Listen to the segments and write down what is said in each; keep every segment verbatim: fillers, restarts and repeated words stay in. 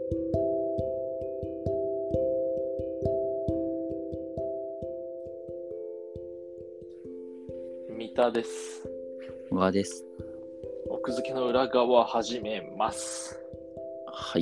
三田です。 小川です。 奥付けの裏側始めます。 はい。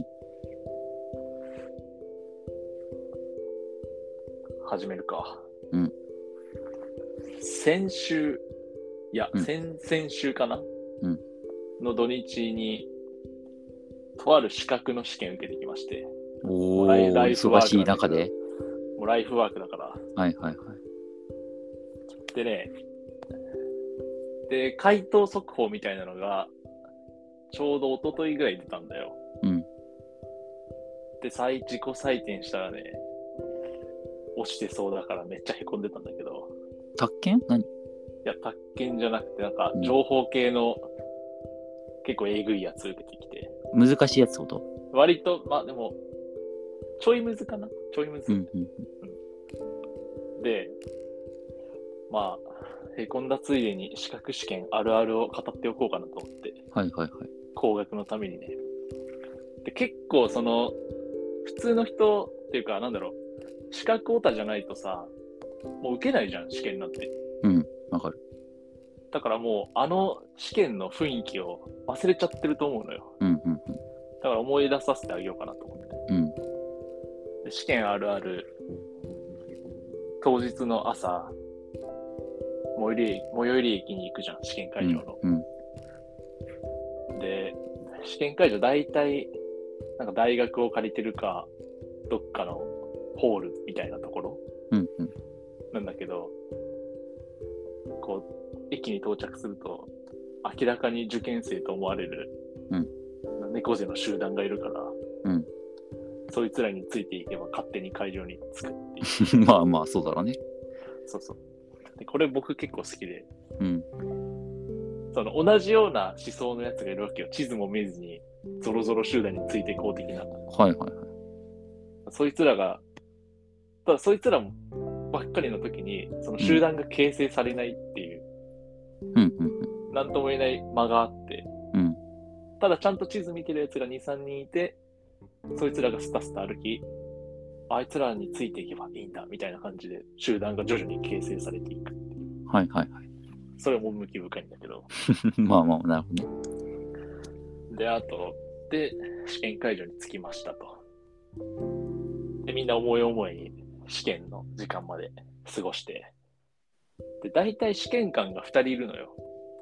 始めるか。 うん。 先週、いや、 うん、 先々週かな、 うん、 の土日に、とある資格の試験受けてきまして。 おライー、 ライフワーク忙しいなんだけど中で。 もうライフワークだから。 はいはいはい。 でね、で、回答速報みたいなのが、ちょうど一昨日ぐらい出たんだよ。 うん。 で、再自己採点したらね、落ちてそうだからめっちゃへこんでたんだけど。 宅建？何？いや、宅建じゃなくて、なんか、情報系の、結構えぐいやつ受けてきて。 難しいやつってこと？ 割と、まあでも、ちょいむずかなちょいむず、 うんうんうん。で、まあ、へこんだついでに資格試験あるあるを語っておこうかなと思って。 はいはいはい。 高額のためにね。で、結構その、普通の人っていうか、なんだろう、資格オタじゃないとさ、もう受けないじゃん、試験なんて。 うん、わかる。 だからもう、あの試験の雰囲気を忘れちゃってると思うのよ。 うんうんうん。 だから思い出させてあげようかなと思って。 うん。 で、試験あるある、当日の朝、最寄り、最寄り駅に行くじゃん、試験会場の。 うんうん、で、試験会場大体、なんか大学を借りてるか、どっかのホールみたいなところ、 うんうん、 なんだけど、こう、駅に到着すると、明らかに受験生と思われる、うん、猫背の集団がいるから、 うん、 そいつらについていけば勝手に会場に着くっていう。 まあまあ、そうだろうね。 そうそう。で、これ僕結構好きで、 うん、 その同じような思想のやつがいるわけよ。地図も見えずに、ゾロゾロ集団についていこう的な。 はいはいはい。 そいつらが、ただそいつらもばっかりの時に、その集団が形成されないっていう、 うんうんうん、 なんとも言えない間があって、 うん、 ただちゃんと地図見てるやつがに、さんにんいて、そいつらがスタスタ歩き、あいつらについていけばいいんだみたいな感じで集団が徐々に形成されていくっていう。 はいはいはい。 それも趣深いんだけど。 まあまあ、なるほどね。 で、あと、で、試験会場に着きましたと。で、みんな思い思いに試験の時間まで過ごして。で、大体試験官がふたりいるのよ。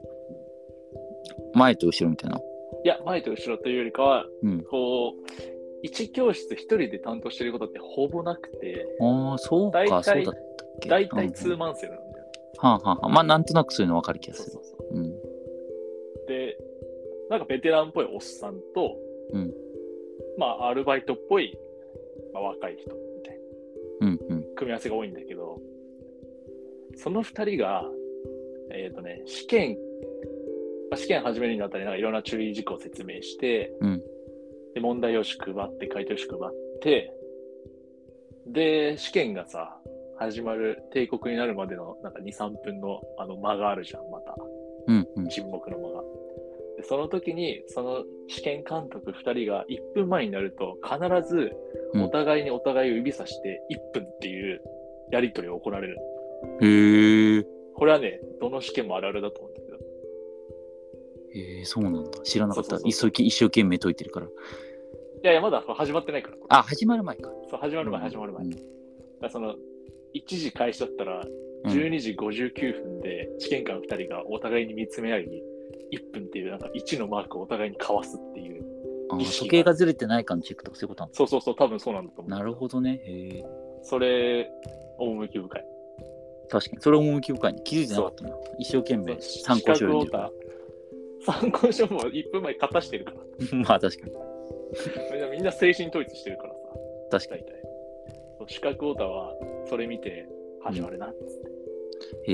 前と後ろみたいな。 いや、前と後ろというよりかは、 うん、 こう、いち教室ひとりで担当していることってほぼなくて、 ああ、そうか、そうだったっけ。 大体ツーマンセルなんだよ。 はあはあはあ、まあなんとなくそういうの分かる気がする。 そうそうそう。 うん、 で、なんかベテランっぽいおっさんと、 うん、 まあアルバイトっぽい、まあ、若い人みたいな、 うんうん、 組み合わせが多いんだけど、そのふたりが、えっとね、試験、試験始めるにあたりなんかいろんな注意事項を説明して、 うん、 で問題用紙配って、回答用紙配って、で、試験がさ、始まる定刻になるまでのなんかに、さんぷんのあの間があるじゃん、また。 うんうん、 沈黙の間が。でその時に、その試験監督ふたりがいっぷんまえになると、必ずお互いにお互いを指さしていっぷんっていうやり取りを行われる。 へー。 これはね、どの試験もあるあるだと思うんだけど。 へー、そうなんだ。知らなかった。 そうそうそう一生一生懸命解いてるから。 いやいや、まだ始まってないから。 あ、始まる前か。 そう、始まる前、始まる前。うん、だからその、いちじ開始だったら、じゅうにじごじゅうきゅうふんで試験官ふたりがお互いに見つめ合い、いっぷんっていうなんかいちのマークをお互いに交わすっていう。 あ、時計がずれてないかのチェックとかそういうことなんだ。 そうそうそう、多分そうなんだと思う。 なるほどね。へー。 それ、趣深い。 確かに、それ趣深いね。気づいてなかったな。一生懸命参考書読んでる。 参考書もいっぷんまえ勝たしてるから。 まあ確かに。 みんな精神統一してるからさ。 確かに。 資格オタはそれ見て始まるなっつって。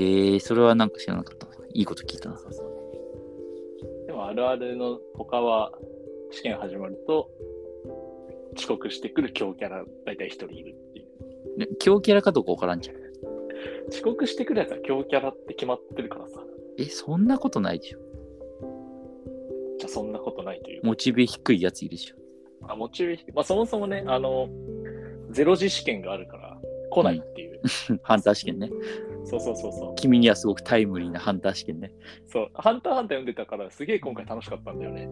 うん、へえ、それはなんか知らなかったな。いいこと聞いたな。 そうそう。でもあるあるの他は試験始まると遅刻してくる強キャラ大体一人いるっていう。 ね、強キャラかどうかわからんじゃん。 遅刻してくるやつは強キャラって決まってるからさ。 え、そんなことないでしょ。 じゃあそんなことないという。 モチベ低いやついるでしょ。 あ、持ち寄り、まあそもそもね、あの、ゼロ次試験があるから来ないっていう。 ハンター試験ね。 そうそうそうそう。 君にはすごくタイムリーなハンター試験ね。 そう、ハンターハンター読んでたからすげえ今回楽しかったんだよね。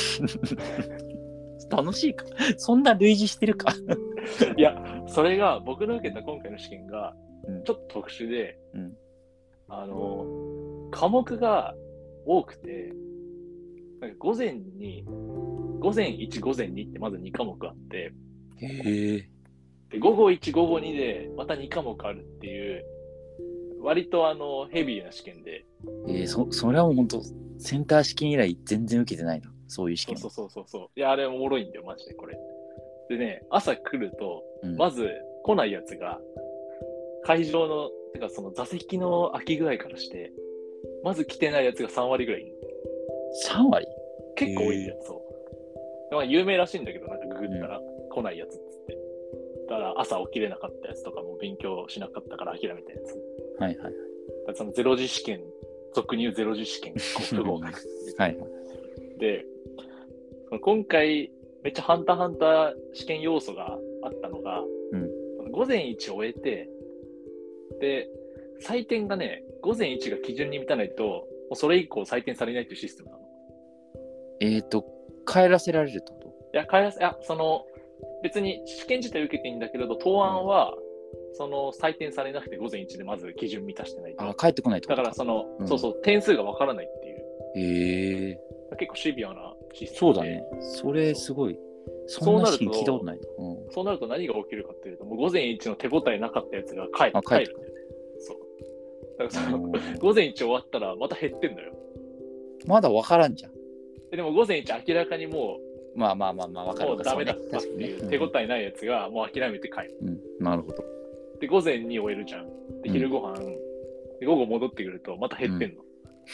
楽しいかそんな類似してるかいや、それが僕の受けた今回の試験がうんちょっと特殊で、 うんあの、科目が多くて、なんか午前に、午前いち、午前にってまずに科目あって、 へえ。 で午後いち、午後にでまたに科目あるっていう、割とあのヘビーな試験で。 えー、そそれはもう本当センター試験以来全然受けてないな。そういう試験。 そうそうそうそうそう。いや、あれおもろいんだよ、マジでこれ。でね、朝来ると、 うんまず来ないやつが、会場の、てかその座席の空き具合からして、まず来てないやつがさん割ぐらいいる。 さん割結構多いんだよ、そう。まあ、有名らしいんだけど、なんかググったら来ないやつっつって。だから朝起きれなかったやつとかも勉強しなかったから諦めたやつ。 はいはい。 だからそのゼロ次試験、俗に言うゼロ次試験、不合格。 はいはい。 で、その今回、めっちゃハンターハンター試験要素があったのが、 うん午前いち終えて、で、採点がね、午前いちが基準に満たないと、もうそれ以降採点されないというシステムなの。 えっ、ー、と、帰らせられるってこと？ いや、帰らせ、いや、その、別に試験自体受けていいんだけれど、答案は、その採点されなくて午前いちでまず基準満たしてないと。 あ、帰ってこないってことか。 だからその、 うん、 そうそう、点数がわからないっていう。 へえー。 結構シビアなシステムで。 そうだね。それすごい。そんな試験聞いたことないな。 うん、そうなると何が起きるかっていうと、もう午前いちの手応えなかったやつが帰る。 帰る。 んだよね。そう。だからその午前いち終わったらまた減ってんだよ。 まだわからんじゃん。 でも午前いち明らかにもう、まあまあまあまあわかる。 もうダメだったっていう、ね、手応えないやつがもう諦めて帰る。 うん、なるほど。 で、午前に終えるじゃん。で、昼ご飯、うん、で午後戻ってくるとまた減ってんの。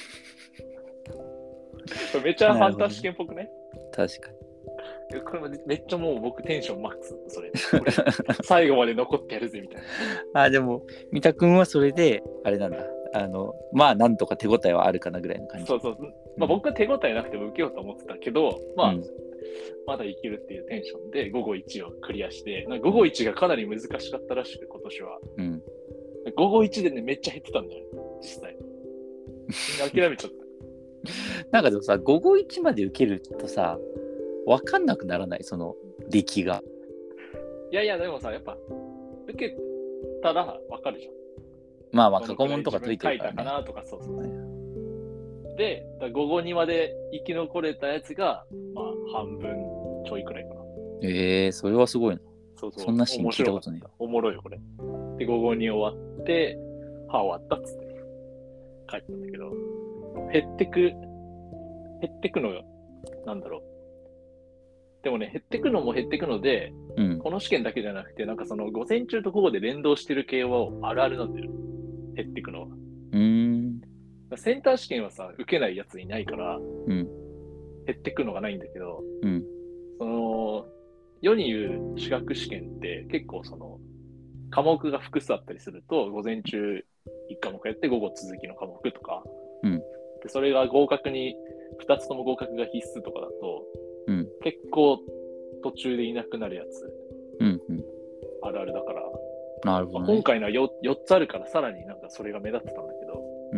うん、めっちゃハンター試験っぽくね。 確かに。 これめっちゃもう僕テンションマックス、それ。最後まで残ってやるぜみたいな。 あ、でも、三田君はそれで、あれなんだ。あの、まあ、なんとか手応えはあるかなぐらいの感じ。 そうそう。まあ、僕は手応えなくても受けようと思ってたけど、まあ、 うん、 まだいけるっていうテンションで午後いちをクリアして、午後いちがかなり難しかったらしく、今年は。 うん、 午後いちでね、めっちゃ減ってたんだよ、実際。みんな諦めちゃった。 なんかでもさ、午後いちまで受けるとさ、わかんなくならないその出来が。 いやいや、でもさ、やっぱ、受けたらわかるじゃん。 まあまあ、過去問とか解いてるからね。 書いたかなとか、そうそう。はい、で、午後にまで生き残れたやつが、まあ、半分ちょいくらいかな。 ええー、それはすごいな。 そうそう。 そんなシーン聞いたことねえよ。 おもろいよ、これ。で、午後に終わって、は終わったっつって帰ったんだけど、減ってく、減ってくのよ。なんだろう。でもね、減ってくのも減ってくので、 うん、 この試験だけじゃなくて、なんかその午前中と午後で連動してる系はあるあるなんだよ。減ってくのは。 うーん。 センター試験はさ、受けないやついないから、 うん、 減ってくのがないんだけど、 うん、 その、世に言う資格試験って結構その、科目が複数あったりすると、午前中いち科目やって午後続きの科目とか、 うん、 でそれが合格に、ふたつとも合格が必須とかだと、 うん、 結構途中でいなくなるやつ、 うんうん、 あるあるだから、 なるほど、ね、 まあ、今回のは 4, 4つあるからさらになんかそれが目立ってたんだけど、 うん、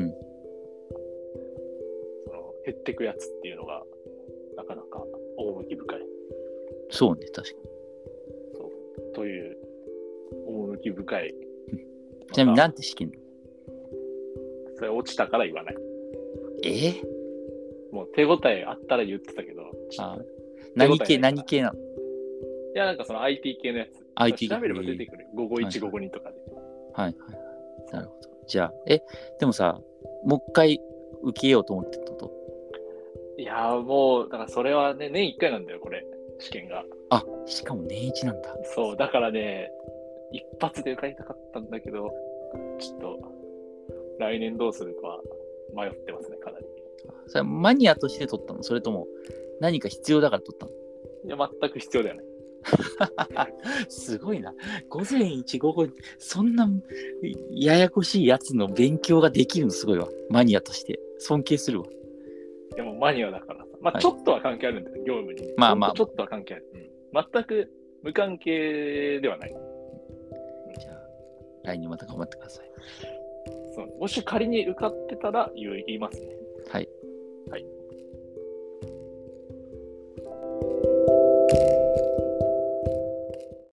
その減ってくやつっていうのがなかなか趣深い。 そうね、確かに。 そうという趣深い。 ちなみになんて試験？ それ落ちたから言わない。 えー、 もう手応えあったら言ってたけど。 あ、何系何系なの？ いや、なんかその アイティー 系のやつ。 アイティー調べれば出てくる。午後いち、午後にとかで。 はいはいはい。なるほど。じゃあ、え、でもさ、もう一回受けようと思ってたと？ いやーもう、だからそれはね、年いっかいなんだよ、これ、試験が。 あ、しかも年一なんだ。 そう、だからね、一発で受かりたかったんだけど、ちょっと、来年どうするかは迷ってますね、かなり。 それはマニアとして取ったの？それとも何か必要だから取ったの？ いや、全く必要だよね。 すごいな。午前一、午後、そんなややこしいやつの勉強ができるのすごいわ。マニアとして。尊敬するわ。 でもマニアだからさ。まあ、ちょっとは関係あるんだよ、はい、業務に。 まあまあ。 ちょっとは関係ある。うん、 全く無関係ではない。 じゃあ、来年また頑張ってください。 そうもし仮に受かってたら言いますね。 はい。 はい。